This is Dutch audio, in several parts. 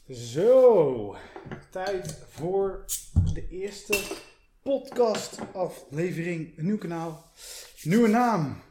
Zo, tijd voor de eerste podcastaflevering. Een nieuw kanaal, nieuwe naam,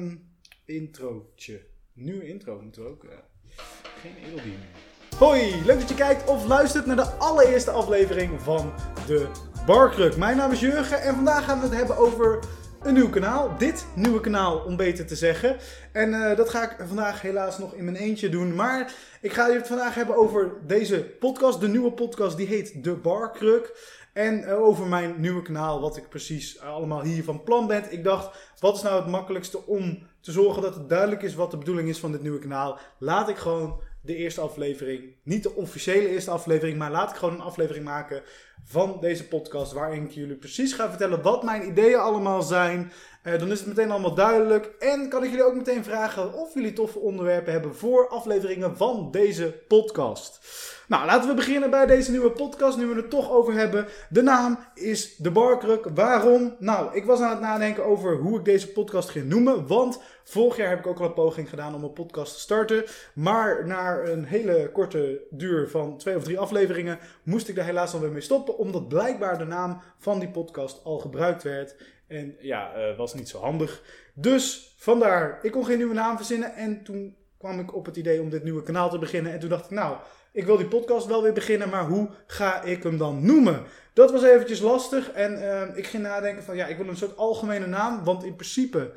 introotje. Nieuwe intro moeten we ook, geen edeldien meer. Hoi, leuk dat je kijkt of luistert naar de allereerste aflevering van de Barkruk. Mijn naam is Jurgen en vandaag gaan we het hebben over een nieuw kanaal. Dit nieuwe kanaal, om beter te zeggen. En dat ga ik vandaag helaas nog in mijn eentje doen. Maar ik ga het vandaag hebben over deze podcast. De nieuwe podcast, die heet De Barkruk. En over mijn nieuwe kanaal, wat ik precies allemaal hier van plan ben. Ik dacht, wat is nou het makkelijkste om te zorgen dat het duidelijk is wat de bedoeling is van dit nieuwe kanaal? Laat ik gewoon de eerste aflevering, niet de officiële eerste aflevering, maar laat ik gewoon een aflevering maken van deze podcast waarin ik jullie precies ga vertellen wat mijn ideeën allemaal zijn. Dan is het meteen allemaal duidelijk en kan ik jullie ook meteen vragen of jullie toffe onderwerpen hebben voor afleveringen van deze podcast. Nou, laten we beginnen bij deze nieuwe podcast, nu we het toch over hebben. De naam is De Barkruk. Waarom? Nou, ik was aan het nadenken over hoe ik deze podcast ging noemen, want vorig jaar heb ik ook al een poging gedaan om een podcast te starten. Maar na een hele korte duur van 2 of 3 afleveringen moest ik daar helaas alweer mee stoppen, omdat blijkbaar de naam van die podcast al gebruikt werd. En ja, was niet zo handig. Dus vandaar, ik kon geen nieuwe naam verzinnen en toen kwam ik op het idee om dit nieuwe kanaal te beginnen. En toen dacht ik, nou, ik wil die podcast wel weer beginnen, maar hoe ga ik hem dan noemen? Dat was eventjes lastig en ik ging nadenken van, ja, ik wil een soort algemene naam, want in principe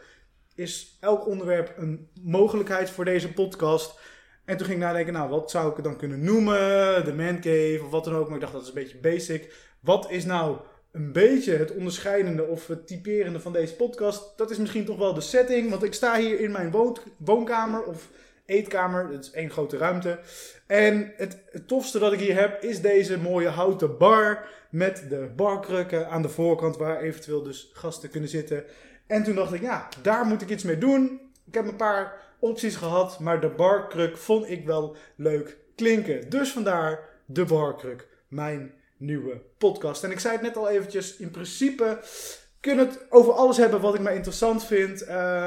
is elk onderwerp een mogelijkheid voor deze podcast. En toen ging ik nadenken, nou, wat zou ik het dan kunnen noemen? De Man Cave of wat dan ook, maar ik dacht, dat is een beetje basic. Wat is nou een beetje het onderscheidende of het typerende van deze podcast? Dat is misschien toch wel de setting, want ik sta hier in mijn woonkamer of eetkamer. Het is één grote ruimte. En het tofste dat ik hier heb is deze mooie houten bar met de barkrukken aan de voorkant waar eventueel dus gasten kunnen zitten. En toen dacht ik, ja, daar moet ik iets mee doen. Ik heb een paar opties gehad, maar de Barkruk vond ik wel leuk klinken. Dus vandaar de Barkruk, mijn nieuwe podcast. En ik zei het net al eventjes, in principe kunnen we het over alles hebben wat ik maar interessant vind.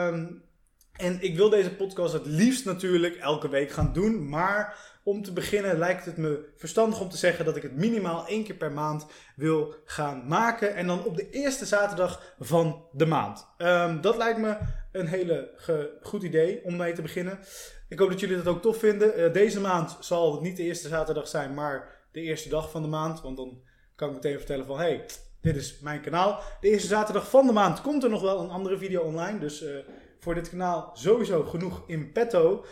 En ik wil deze podcast het liefst natuurlijk elke week gaan doen. Maar om te beginnen lijkt het me verstandig om te zeggen dat ik het minimaal 1 keer per maand wil gaan maken. En dan op de eerste zaterdag van de maand. Dat lijkt me een hele goed idee om mee te beginnen. Ik hoop dat jullie dat ook tof vinden. Deze maand zal het niet de eerste zaterdag zijn, maar de eerste dag van de maand. Want dan kan ik meteen vertellen van, hey, dit is mijn kanaal. De eerste zaterdag van de maand komt er nog wel een andere video online. Dus voor dit kanaal sowieso genoeg in petto.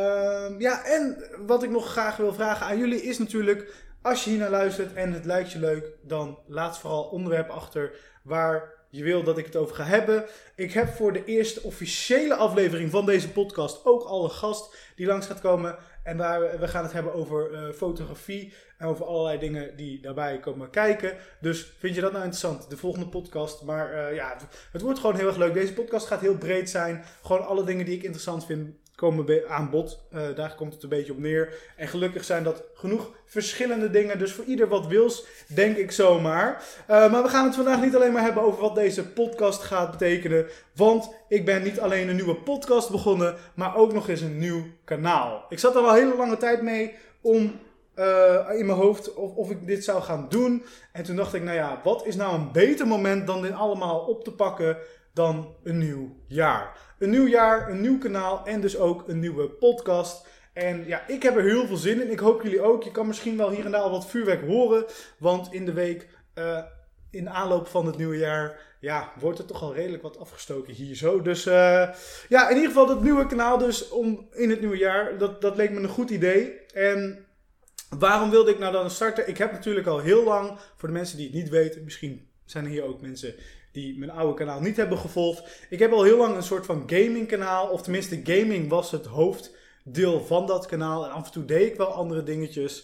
Ja, en wat ik nog graag wil vragen aan jullie is natuurlijk, als je hier naar luistert en het lijkt je leuk, dan laat vooral onderwerpen achter waar je wil dat ik het over ga hebben. Ik heb voor de eerste officiële aflevering van deze podcast ook al een gast die langs gaat komen. En we gaan het hebben over fotografie en over allerlei dingen die daarbij komen kijken. Dus vind je dat nou interessant? De volgende podcast. Maar ja, het wordt gewoon heel erg leuk. Deze podcast gaat heel breed zijn. Gewoon alle dingen die ik interessant vind komen aan bod. Daar komt het een beetje op neer. En gelukkig zijn dat genoeg verschillende dingen. Dus voor ieder wat wils, denk ik zomaar. Maar we gaan het vandaag niet alleen maar hebben over wat deze podcast gaat betekenen. Want ik ben niet alleen een nieuwe podcast begonnen, maar ook nog eens een nieuw kanaal. Ik zat er al een hele lange tijd mee om in mijn hoofd of ik dit zou gaan doen. En toen dacht ik, nou ja, wat is nou een beter moment dan dit allemaal op te pakken dan een nieuw jaar? Een nieuw jaar, een nieuw kanaal en dus ook een nieuwe podcast. En ja, ik heb er heel veel zin in. Ik hoop jullie ook. Je kan misschien wel hier en daar al wat vuurwerk horen. Want in de week, in de aanloop van het nieuwe jaar, ja, wordt er toch al redelijk wat afgestoken hier zo. Dus ja, in ieder geval dat nieuwe kanaal dus in het nieuwe jaar. Dat leek me een goed idee. En waarom wilde ik nou dan starten? Ik heb natuurlijk al heel lang, voor de mensen die het niet weten, misschien zijn er hier ook mensen die mijn oude kanaal niet hebben gevolgd. Ik heb al heel lang een soort van gaming kanaal, of tenminste gaming was het hoofddeel van dat kanaal. En af en toe deed ik wel andere dingetjes.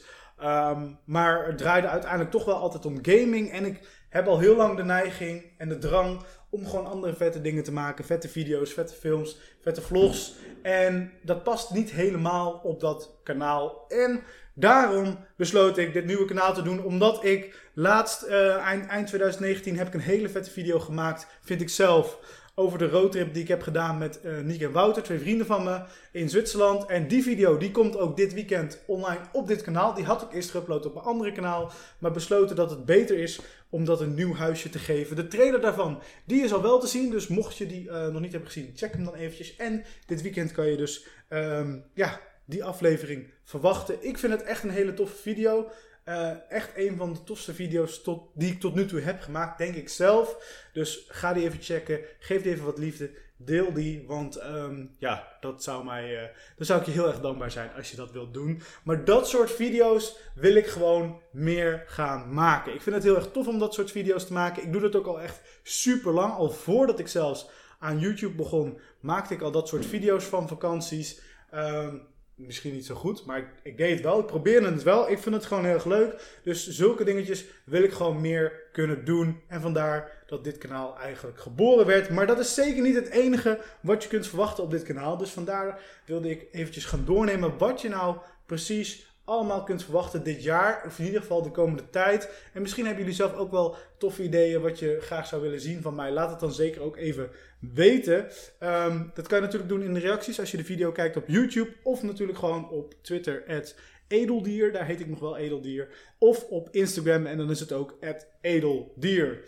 Maar het draaide uiteindelijk toch wel altijd om gaming. En ik heb al heel lang de neiging en de drang om gewoon andere vette dingen te maken. Vette video's, vette films, vette vlogs. En dat past niet helemaal op dat kanaal. En daarom besloot ik dit nieuwe kanaal te doen. Omdat ik laatst, eind 2019, heb ik een hele vette video gemaakt, vind ik zelf, over de roadtrip die ik heb gedaan met Niek en Wouter, 2 vrienden van me, in Zwitserland. En die video die komt ook dit weekend online op dit kanaal. Die had ik eerst geüpload op mijn andere kanaal, maar besloten dat het beter is om dat een nieuw huisje te geven. De trailer daarvan, die is al wel te zien, dus mocht je die nog niet hebben gezien, check hem dan eventjes. En dit weekend kan je dus die aflevering verwachten. Ik vind het echt een hele toffe video. Echt een van de tofste video's die ik tot nu toe heb gemaakt, denk ik zelf. Dus ga die even checken. Geef die even wat liefde. Deel die, want dat zou ik je heel erg dankbaar zijn als je dat wilt doen. Maar dat soort video's wil ik gewoon meer gaan maken. Ik vind het heel erg tof om dat soort video's te maken. Ik doe dat ook al echt super lang. Al voordat ik zelfs aan YouTube begon, maakte ik al dat soort video's van vakanties. Misschien niet zo goed, maar ik deed het wel. Ik probeerde het wel. Ik vind het gewoon heel erg leuk. Dus zulke dingetjes wil ik gewoon meer kunnen doen. En vandaar dat dit kanaal eigenlijk geboren werd. Maar dat is zeker niet het enige wat je kunt verwachten op dit kanaal. Dus vandaar wilde ik eventjes gaan doornemen wat je nou precies allemaal kunt verwachten dit jaar. Of in ieder geval de komende tijd. En misschien hebben jullie zelf ook wel toffe ideeën wat je graag zou willen zien van mij. Laat het dan zeker ook even weten. Dat kan je natuurlijk doen in de reacties als je de video kijkt op YouTube. Of natuurlijk gewoon op Twitter @edeldier. Daar heet ik nog wel Edeldier. Of op Instagram en dan is het ook @edeldier.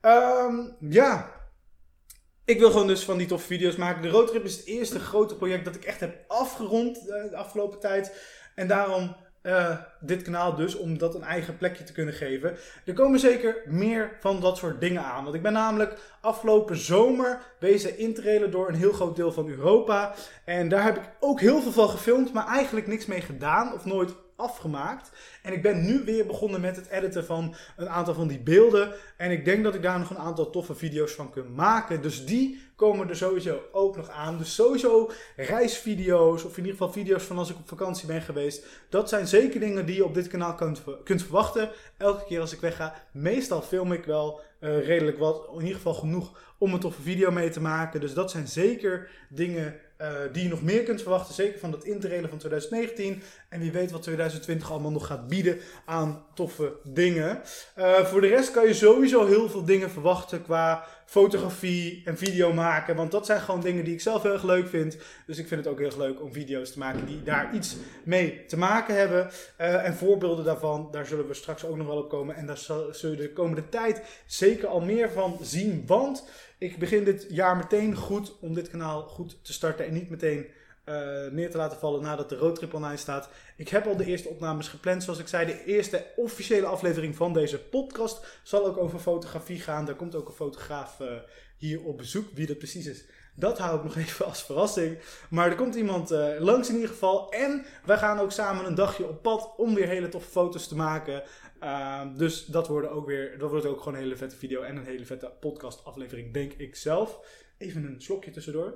Ik wil gewoon dus van die toffe video's maken. De roadtrip is het eerste grote project dat ik echt heb afgerond de afgelopen tijd. En daarom dit kanaal dus, om dat een eigen plekje te kunnen geven. Er komen zeker meer van dat soort dingen aan. Want ik ben namelijk afgelopen zomer bezig in te railen door een heel groot deel van Europa. En daar heb ik ook heel veel van gefilmd, maar eigenlijk niks mee gedaan of nooit afgemaakt. En ik ben nu weer begonnen met het editen van een aantal van die beelden. En ik denk dat ik daar nog een aantal toffe video's van kan maken. Dus die komen er sowieso ook nog aan. Dus sowieso reisvideo's, of in ieder geval video's van als ik op vakantie ben geweest. Dat zijn zeker dingen die je op dit kanaal kunt verwachten. Elke keer als ik wegga. Meestal film ik wel redelijk wat. In ieder geval genoeg om een toffe video mee te maken. Dus dat zijn zeker dingen die je nog meer kunt verwachten. Zeker van dat interrailen van 2019. En wie weet wat 2020 allemaal nog gaat bieden aan toffe dingen. Voor de rest kan je sowieso heel veel dingen verwachten qua fotografie en video maken. Want dat zijn gewoon dingen die ik zelf heel erg leuk vind. Dus ik vind het ook heel erg leuk om video's te maken die daar iets mee te maken hebben. En voorbeelden daarvan, daar zullen we straks ook nog wel op komen. En daar zul je de komende tijd zeker al meer van zien. Want ik begin dit jaar meteen goed om dit kanaal goed te starten. En niet meteen neer te laten vallen nadat de roadtrip online staat. Ik heb al de eerste opnames gepland. Zoals ik zei, de eerste officiële aflevering van deze podcast zal ook over fotografie gaan. Daar komt ook een fotograaf hier op bezoek. Wie dat precies is, dat hou ik nog even als verrassing. Maar er komt iemand langs in ieder geval. En wij gaan ook samen een dagje op pad om weer hele toffe foto's te maken. Dus dat wordt ook gewoon een hele vette video en een hele vette podcast aflevering, denk ik zelf. Even een slokje tussendoor.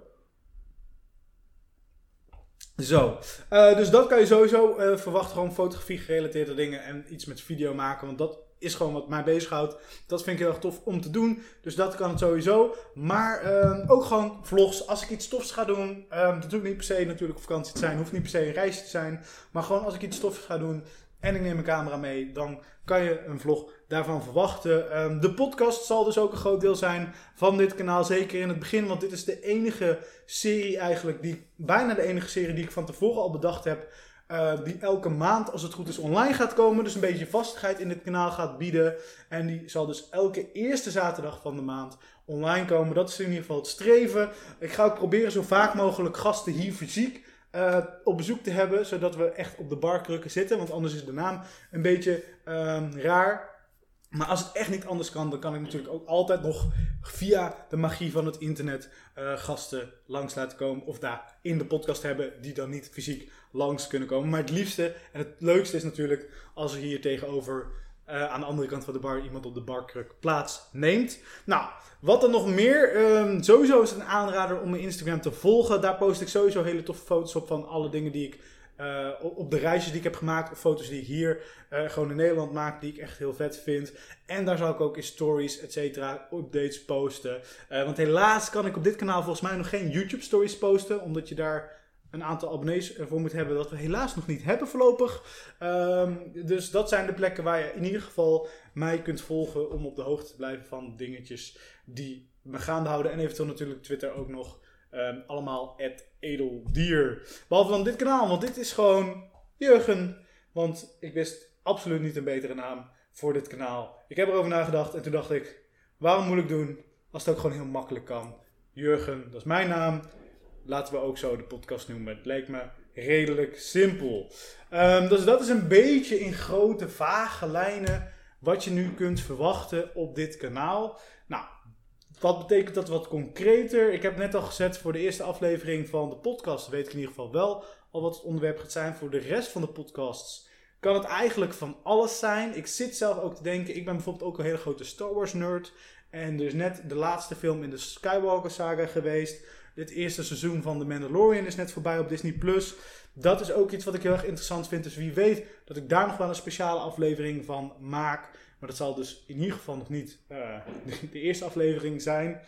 Zo, dus dat kan je sowieso verwachten, gewoon fotografie gerelateerde dingen en iets met video maken, want dat is gewoon wat mij bezighoudt. Dat vind ik heel erg tof om te doen, dus dat kan het sowieso. Maar ook gewoon vlogs, als ik iets tofs ga doen, dat hoeft niet per se natuurlijk op vakantie te zijn, hoeft niet per se een reisje te zijn, maar gewoon als ik iets tofs ga doen en ik neem mijn camera mee, dan kan je een vlog daarvan verwachten. De podcast zal dus ook een groot deel zijn van dit kanaal, zeker in het begin, want dit is de enige serie eigenlijk, bijna de enige serie die ik van tevoren al bedacht heb, die elke maand, als het goed is, online gaat komen. Dus een beetje vastigheid in dit kanaal gaat bieden. En die zal dus elke eerste zaterdag van de maand online komen. Dat is in ieder geval het streven. Ik ga ook proberen zo vaak mogelijk gasten hier fysiek op bezoek te hebben, zodat we echt op de barkrukken zitten, want anders is de naam een beetje raar. Maar als het echt niet anders kan, dan kan ik natuurlijk ook altijd nog via de magie van het internet gasten langs laten komen of daar in de podcast hebben die dan niet fysiek langs kunnen komen. Maar het liefste en het leukste is natuurlijk als er hier tegenover aan de andere kant van de bar iemand op de barkruk plaatsneemt. Nou, wat dan nog meer? Sowieso is het een aanrader om mijn Instagram te volgen. Daar post ik sowieso hele toffe foto's op van alle dingen die ik op de reisjes die ik heb gemaakt. Of foto's die ik hier gewoon in Nederland maak, die ik echt heel vet vind. En daar zal ik ook in stories, et cetera, updates posten. Want helaas kan ik op dit kanaal volgens mij nog geen YouTube stories posten, omdat je daar een aantal abonnees voor moet hebben dat we helaas nog niet hebben voorlopig. Dus dat zijn de plekken waar je in ieder geval mij kunt volgen om op de hoogte te blijven van dingetjes die me gaande houden. En eventueel natuurlijk Twitter ook nog. Allemaal @edeldier. Behalve dan dit kanaal, want dit is gewoon Jurgen. Want ik wist absoluut niet een betere naam voor dit kanaal. Ik heb erover nagedacht en toen dacht ik, waarom moeilijk doen als het ook gewoon heel makkelijk kan. Jurgen, dat is mijn naam. Laten we ook zo de podcast noemen. Het leek me redelijk simpel. Dus dat is een beetje in grote, vage lijnen wat je nu kunt verwachten op dit kanaal. Nou, wat betekent dat wat concreter? Ik heb net al gezet voor de eerste aflevering van de podcast. Weet ik in ieder geval wel al wat het onderwerp gaat zijn. Voor de rest van de podcasts kan het eigenlijk van alles zijn. Ik zit zelf ook te denken. Ik ben bijvoorbeeld ook een hele grote Star Wars nerd. En dus net de laatste film in de Skywalker saga geweest. Dit eerste seizoen van The Mandalorian is net voorbij op Disney+. Dat is ook iets wat ik heel erg interessant vind. Dus wie weet dat ik daar nog wel een speciale aflevering van maak. Maar dat zal dus in ieder geval nog niet de eerste aflevering zijn.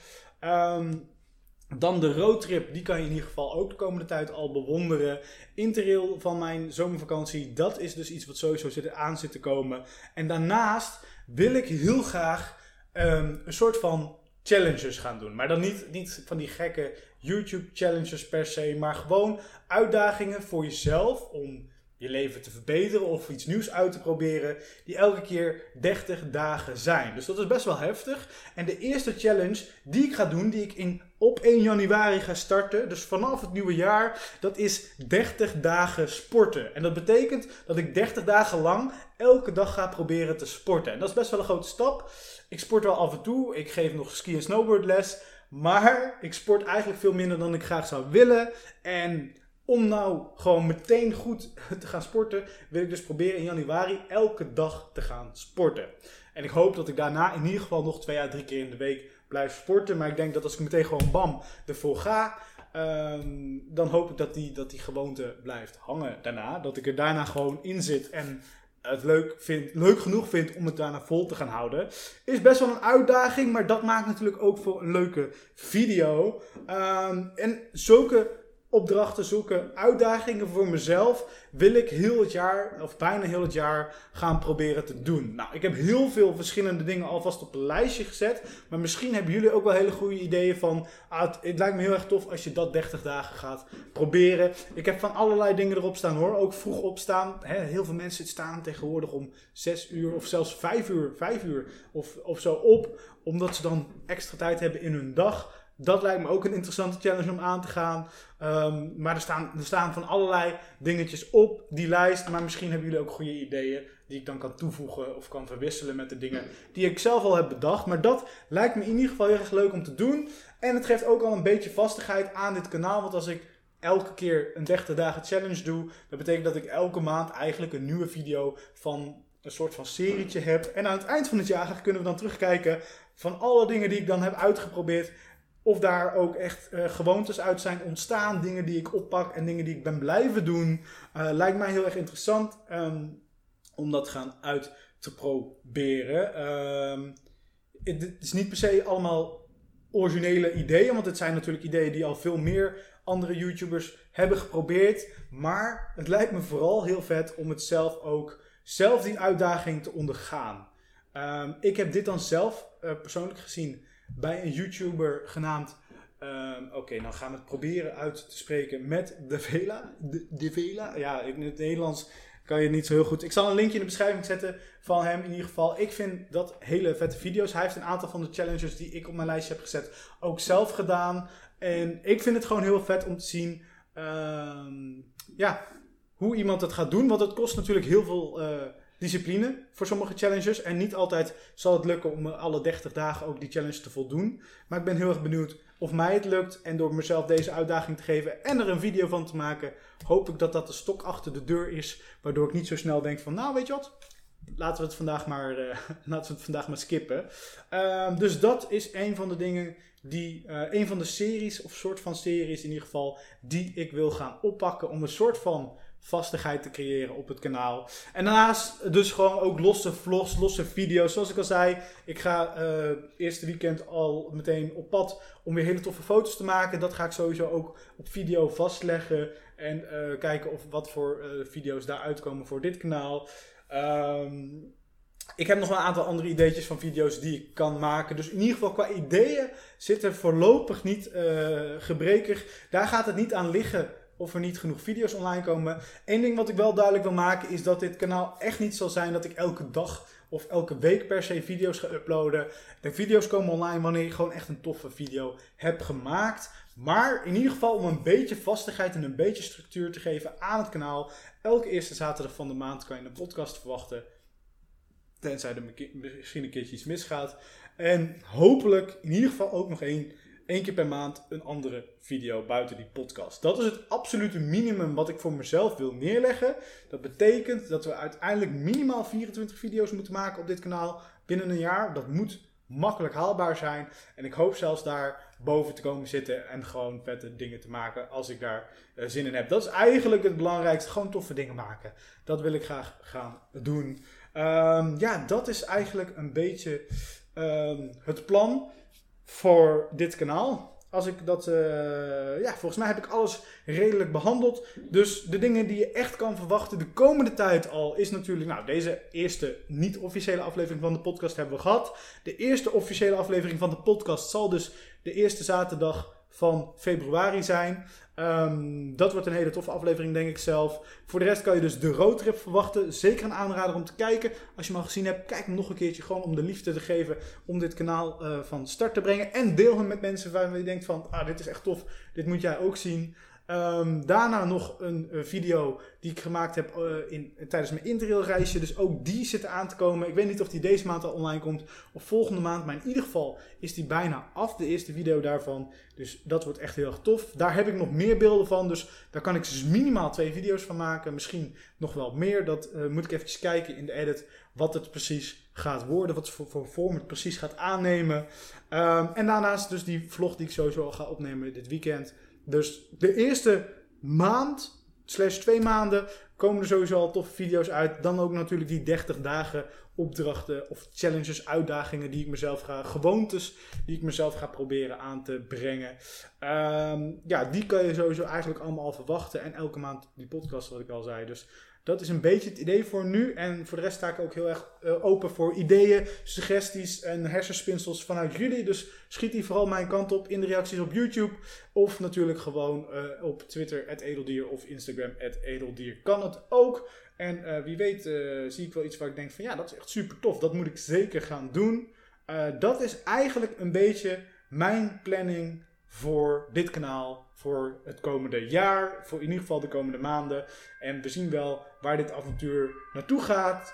Dan de roadtrip, die kan je in ieder geval ook de komende tijd al bewonderen. Interrail van mijn zomervakantie, dat is dus iets wat sowieso aan zit te komen. En daarnaast wil ik heel graag een soort van challenges gaan doen. Maar dan niet van die gekke YouTube challenges per se, maar gewoon uitdagingen voor jezelf om je leven te verbeteren of iets nieuws uit te proberen, die elke keer 30 dagen zijn. Dus dat is best wel heftig. En de eerste challenge die ik ga doen, die ik op 1 januari ga starten, dus vanaf het nieuwe jaar, dat is 30 dagen sporten. En dat betekent dat ik 30 dagen lang elke dag ga proberen te sporten. En dat is best wel een grote stap. Ik sport wel af en toe, ik geef nog ski- en snowboardles, maar ik sport eigenlijk veel minder dan ik graag zou willen. En om nou gewoon meteen goed te gaan sporten, wil ik dus proberen in januari elke dag te gaan sporten. En ik hoop dat ik daarna in ieder geval nog 2 à 3 keer in de week blijf sporten. Maar ik denk dat als ik meteen gewoon bam ervoor ga, dan hoop ik dat die gewoonte blijft hangen daarna. Dat ik er daarna gewoon in zit en het leuk genoeg vind om het daarna vol te gaan houden. Is best wel een uitdaging, maar dat maakt natuurlijk ook voor een leuke video. En zulke opdrachten, zulke uitdagingen voor mezelf wil ik heel het jaar, of bijna heel het jaar, gaan proberen te doen. Nou, ik heb heel veel verschillende dingen alvast op een lijstje gezet, maar misschien hebben jullie ook wel hele goede ideeën van, het lijkt me heel erg tof als je dat 30 dagen gaat proberen. Ik heb van allerlei dingen erop staan hoor, ook vroeg opstaan. Heel veel mensen staan tegenwoordig om 6 uur of zelfs 5 uur of zo op, omdat ze dan extra tijd hebben in hun dag. Dat lijkt me ook een interessante challenge om aan te gaan. Maar er staan van allerlei dingetjes op die lijst. Maar misschien hebben jullie ook goede ideeën die ik dan kan toevoegen of kan verwisselen met de dingen die ik zelf al heb bedacht. Maar dat lijkt me in ieder geval heel erg leuk om te doen. En het geeft ook al een beetje vastigheid aan dit kanaal. Want als ik elke keer een 30 dagen challenge doe, dat betekent dat ik elke maand eigenlijk een nieuwe video van een soort van serietje heb. En aan het eind van het jaar kunnen we dan terugkijken van alle dingen die ik dan heb uitgeprobeerd. Of daar ook echt gewoontes uit zijn ontstaan. Dingen die ik oppak en dingen die ik ben blijven doen. Lijkt mij heel erg interessant om dat gaan uit te proberen. Het is niet per se allemaal originele ideeën. Want het zijn natuurlijk ideeën die al veel meer andere YouTubers hebben geprobeerd. Maar het lijkt me vooral heel vet om het zelf die uitdaging te ondergaan. Ik heb dit dan zelf persoonlijk gezien bij een YouTuber genaamd, dan gaan we het proberen uit te spreken met De Vela. Ja, in het Nederlands kan je het niet zo heel goed. Ik zal een linkje in de beschrijving zetten van hem in ieder geval. Ik vind dat hele vette video's. Hij heeft een aantal van de challenges die ik op mijn lijstje heb gezet ook zelf gedaan. En ik vind het gewoon heel vet om te zien hoe iemand het gaat doen. Want het kost natuurlijk heel veel discipline voor sommige challenges. En niet altijd zal het lukken om alle 30 dagen ook die challenge te voldoen. Maar ik ben heel erg benieuwd of mij het lukt. En door mezelf deze uitdaging te geven en er een video van te maken, hoop ik dat dat de stok achter de deur is. Waardoor ik niet zo snel denk van, nou weet je wat, laten we het vandaag maar skippen. Dus dat is een van de dingen een van de series, of soort van series in ieder geval, die ik wil gaan oppakken om een soort van vastigheid te creëren op het kanaal. En daarnaast dus gewoon ook losse vlogs, losse video's. Zoals ik al zei, ik ga eerste weekend al meteen op pad om weer hele toffe foto's te maken. Dat ga ik sowieso ook op video vastleggen. En kijken of wat voor video's daar uitkomen voor dit kanaal. Ik heb nog wel een aantal andere ideetjes van video's die ik kan maken. Dus in ieder geval qua ideeën zit er voorlopig niet gebrekig. Daar gaat het niet aan liggen of er niet genoeg video's online komen. Eén ding wat ik wel duidelijk wil maken is dat dit kanaal echt niet zal zijn dat ik elke dag of elke week per se video's ga uploaden. De video's komen online wanneer ik gewoon echt een toffe video heb gemaakt. Maar in ieder geval om een beetje vastigheid en een beetje structuur te geven aan het kanaal. Elke eerste zaterdag van de maand kan je een podcast verwachten. Tenzij er misschien een keertje iets misgaat. En hopelijk in ieder geval ook nog één keer per maand een andere video buiten die podcast. Dat is het absolute minimum wat ik voor mezelf wil neerleggen. Dat betekent dat we uiteindelijk minimaal 24 video's moeten maken op dit kanaal binnen een jaar. Dat moet makkelijk haalbaar zijn. En ik hoop zelfs daar boven te komen zitten en gewoon vette dingen te maken als ik daar zin in heb. Dat is eigenlijk het belangrijkste. Gewoon toffe dingen maken. Dat wil ik graag gaan doen. Dat is eigenlijk een beetje het plan voor dit kanaal. Als ik dat, volgens mij heb ik alles redelijk behandeld. Dus de dingen die je echt kan verwachten de komende tijd al is natuurlijk, deze eerste niet-officiële aflevering van de podcast hebben we gehad. De eerste officiële aflevering van de podcast zal dus de eerste zaterdag van februari zijn. Dat wordt een hele toffe aflevering, denk ik zelf. Voor de rest kan je dus de roadtrip verwachten. Zeker een aanrader om te kijken. Als je hem al gezien hebt, kijk hem nog een keertje. Gewoon om de liefde te geven om dit kanaal van start te brengen. En deel hem met mensen waarvan je denkt van, dit is echt tof. Dit moet jij ook zien. Daarna nog een video die ik gemaakt heb tijdens mijn interrailreisje. Dus ook die zit aan te komen. Ik weet niet of die deze maand al online komt of volgende maand. Maar in ieder geval is die bijna af, de eerste video daarvan. Dus dat wordt echt heel erg tof. Daar heb ik nog meer beelden van. Dus daar kan ik dus minimaal 2 video's van maken. Misschien nog wel meer. Dat moet ik even kijken in de edit wat het precies gaat worden. Wat voor vorm het precies gaat aannemen. En daarnaast dus die vlog die ik sowieso al ga opnemen dit weekend. Dus de eerste maand, /2 maanden, komen er sowieso al toffe video's uit. Dan ook natuurlijk die 30 dagen opdrachten of challenges, uitdagingen die ik mezelf gewoontes die ik mezelf ga proberen aan te brengen. Die kan je sowieso eigenlijk allemaal al verwachten. En elke maand die podcast, wat ik al zei. Dus dat is een beetje het idee voor nu. En voor de rest sta ik ook heel erg open voor ideeën, suggesties en hersenspinsels vanuit jullie. Dus schiet die vooral mijn kant op in de reacties op YouTube. Of natuurlijk gewoon op Twitter @edeldier of Instagram @edeldier kan het ook. En wie weet zie ik wel iets waar ik denk van dat is echt super tof. Dat moet ik zeker gaan doen. Dat is eigenlijk een beetje mijn planning voor dit kanaal. Voor het komende jaar. Voor in ieder geval de komende maanden. En we zien wel waar dit avontuur naartoe gaat.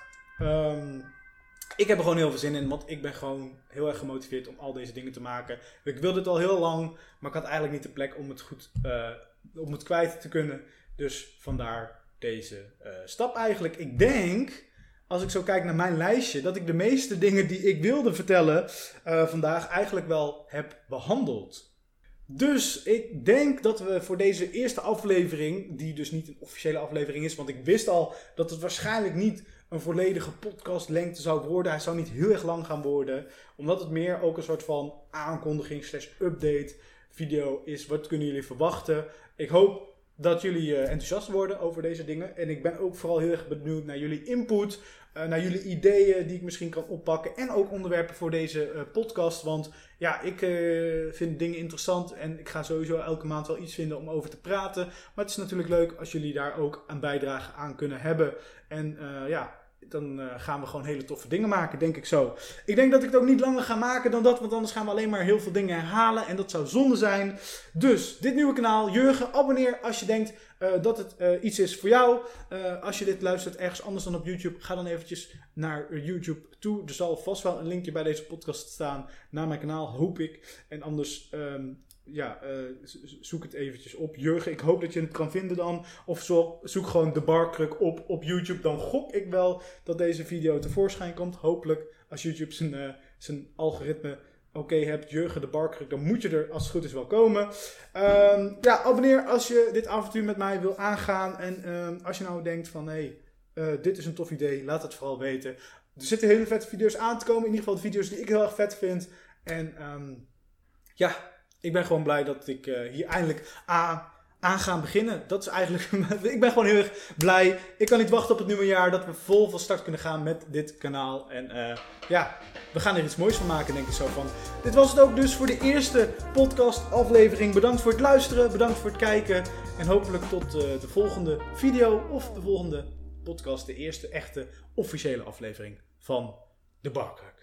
Ik heb er gewoon heel veel zin in. Want ik ben gewoon heel erg gemotiveerd om al deze dingen te maken. Ik wilde het al heel lang. Maar ik had eigenlijk niet de plek om het goed om het kwijt te kunnen. Dus vandaar deze stap eigenlijk. Ik denk, als ik zo kijk naar mijn lijstje, dat ik de meeste dingen die ik wilde vertellen vandaag eigenlijk wel heb behandeld. Dus ik denk dat we voor deze eerste aflevering, die dus niet een officiële aflevering is, want ik wist al dat het waarschijnlijk niet een volledige podcastlengte zou worden. Hij zou niet heel erg lang gaan worden, omdat het meer ook een soort van aankondiging / update video is. Wat kunnen jullie verwachten? Ik hoop dat jullie enthousiast worden over deze dingen. En ik ben ook vooral heel erg benieuwd naar jullie input. Naar jullie ideeën die ik misschien kan oppakken. En ook onderwerpen voor deze podcast. Want ik vind dingen interessant. En ik ga sowieso elke maand wel iets vinden om over te praten. Maar het is natuurlijk leuk als jullie daar ook een bijdrage aan kunnen hebben. En dan gaan we gewoon hele toffe dingen maken, denk ik zo. Ik denk dat ik het ook niet langer ga maken dan dat, want anders gaan we alleen maar heel veel dingen herhalen en dat zou zonde zijn. Dus, dit nieuwe kanaal, Jurgen, abonneer als je denkt dat het iets is voor jou. Als je dit luistert ergens anders dan op YouTube, ga dan eventjes naar YouTube toe. Er zal vast wel een linkje bij deze podcast staan naar mijn kanaal, hoop ik. En anders zoek het eventjes op. Jurgen, ik hoop dat je het kan vinden dan. Of zoek gewoon de Barkruk op YouTube. Dan gok ik wel dat deze video tevoorschijn komt. Hopelijk, als YouTube zijn algoritme oké hebt, Jurgen de Barkruk, dan moet je er als het goed is wel komen. Abonneer als je dit avontuur met mij wil aangaan. En als je nou denkt van, dit is een tof idee, laat het vooral weten. Er zitten hele vette video's aan te komen. In ieder geval de video's die ik heel erg vet vind. En ik ben gewoon blij dat ik hier eindelijk aan gaan beginnen. Dat is eigenlijk... ik ben gewoon heel erg blij. Ik kan niet wachten op het nieuwe jaar dat we vol van start kunnen gaan met dit kanaal. En we gaan er iets moois van maken, denk ik zo van. Dit was het ook dus voor de eerste podcast aflevering. Bedankt voor het luisteren, bedankt voor het kijken. En hopelijk tot de volgende video of de volgende podcast. De eerste echte officiële aflevering van de Barkruk.